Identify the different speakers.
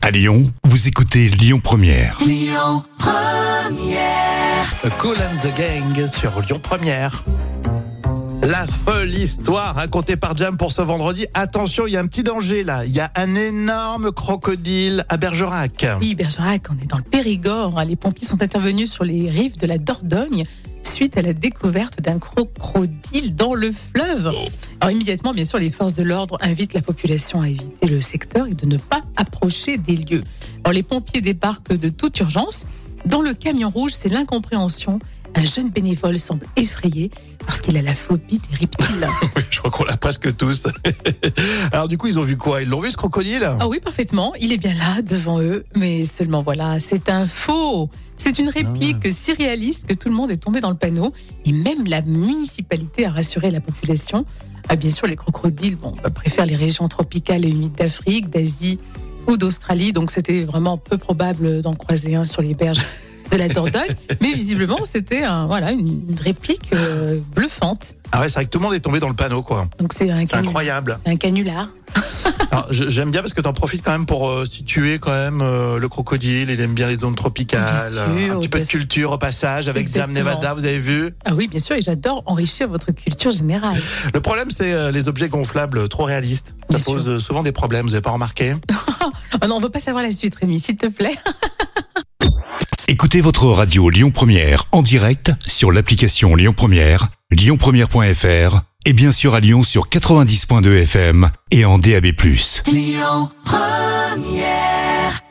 Speaker 1: À Lyon, vous écoutez Lyon Première.
Speaker 2: Lyon Première.
Speaker 3: Kool and the Gang sur Lyon Première. La folle histoire racontée par Jam pour ce vendredi. Attention, il y a un petit danger là. Il y a un énorme crocodile à Bergerac.
Speaker 4: Oui, Bergerac, on est dans le Périgord. Les pompiers sont intervenus sur les rives de la Dordogne suite à la découverte d'un crocodile dans le fleuve. Alors immédiatement, bien sûr, les forces de l'ordre invitent la population à éviter le secteur et de ne pas approcher des lieux. Alors les pompiers débarquent de toute urgence. Dans le camion rouge, c'est l'incompréhension. Un jeune bénévole semble effrayé parce qu'il a la phobie des reptiles.
Speaker 3: Oui, je crois qu'on l'a presque tous. Alors du coup, ils ont vu quoi? Ils l'ont vu ce crocodile?
Speaker 4: Ah oui, parfaitement. Il est bien là, devant eux. Mais seulement voilà, c'est un faux. C'est une réplique si réaliste que tout le monde est tombé dans le panneau. Et même la municipalité a rassuré la population. Ah, bien sûr, les crocodiles préfèrent les régions tropicales et humides d'Afrique, d'Asie ou d'Australie. Donc c'était vraiment peu probable d'en croiser un sur les berges de la Dordogne. Mais visiblement, c'était une réplique bluffante.
Speaker 3: Ah ouais, c'est vrai que tout le monde est tombé dans le panneau, quoi.
Speaker 4: Donc c'est
Speaker 3: incroyable.
Speaker 4: C'est un canular.
Speaker 3: Alors, j'aime bien parce que t'en profites quand même pour situer quand même le crocodile. Il aime bien les zones tropicales.
Speaker 4: Bien sûr,
Speaker 3: un petit peu de culture au passage avec Jam Nevada, vous avez vu?
Speaker 4: Ah oui, bien sûr, et j'adore enrichir votre culture générale.
Speaker 3: Le problème, c'est les objets gonflables trop réalistes. Ça pose souvent des problèmes, vous n'avez pas remarqué?
Speaker 4: Oh non, on veut pas savoir la suite, Rémi, s'il te plaît.
Speaker 1: Écoutez votre radio Lyon Première en direct sur l'application Lyon Première, lyonpremière.fr et bien sûr à Lyon sur 90.2 FM et en DAB+.
Speaker 2: Lyon Première.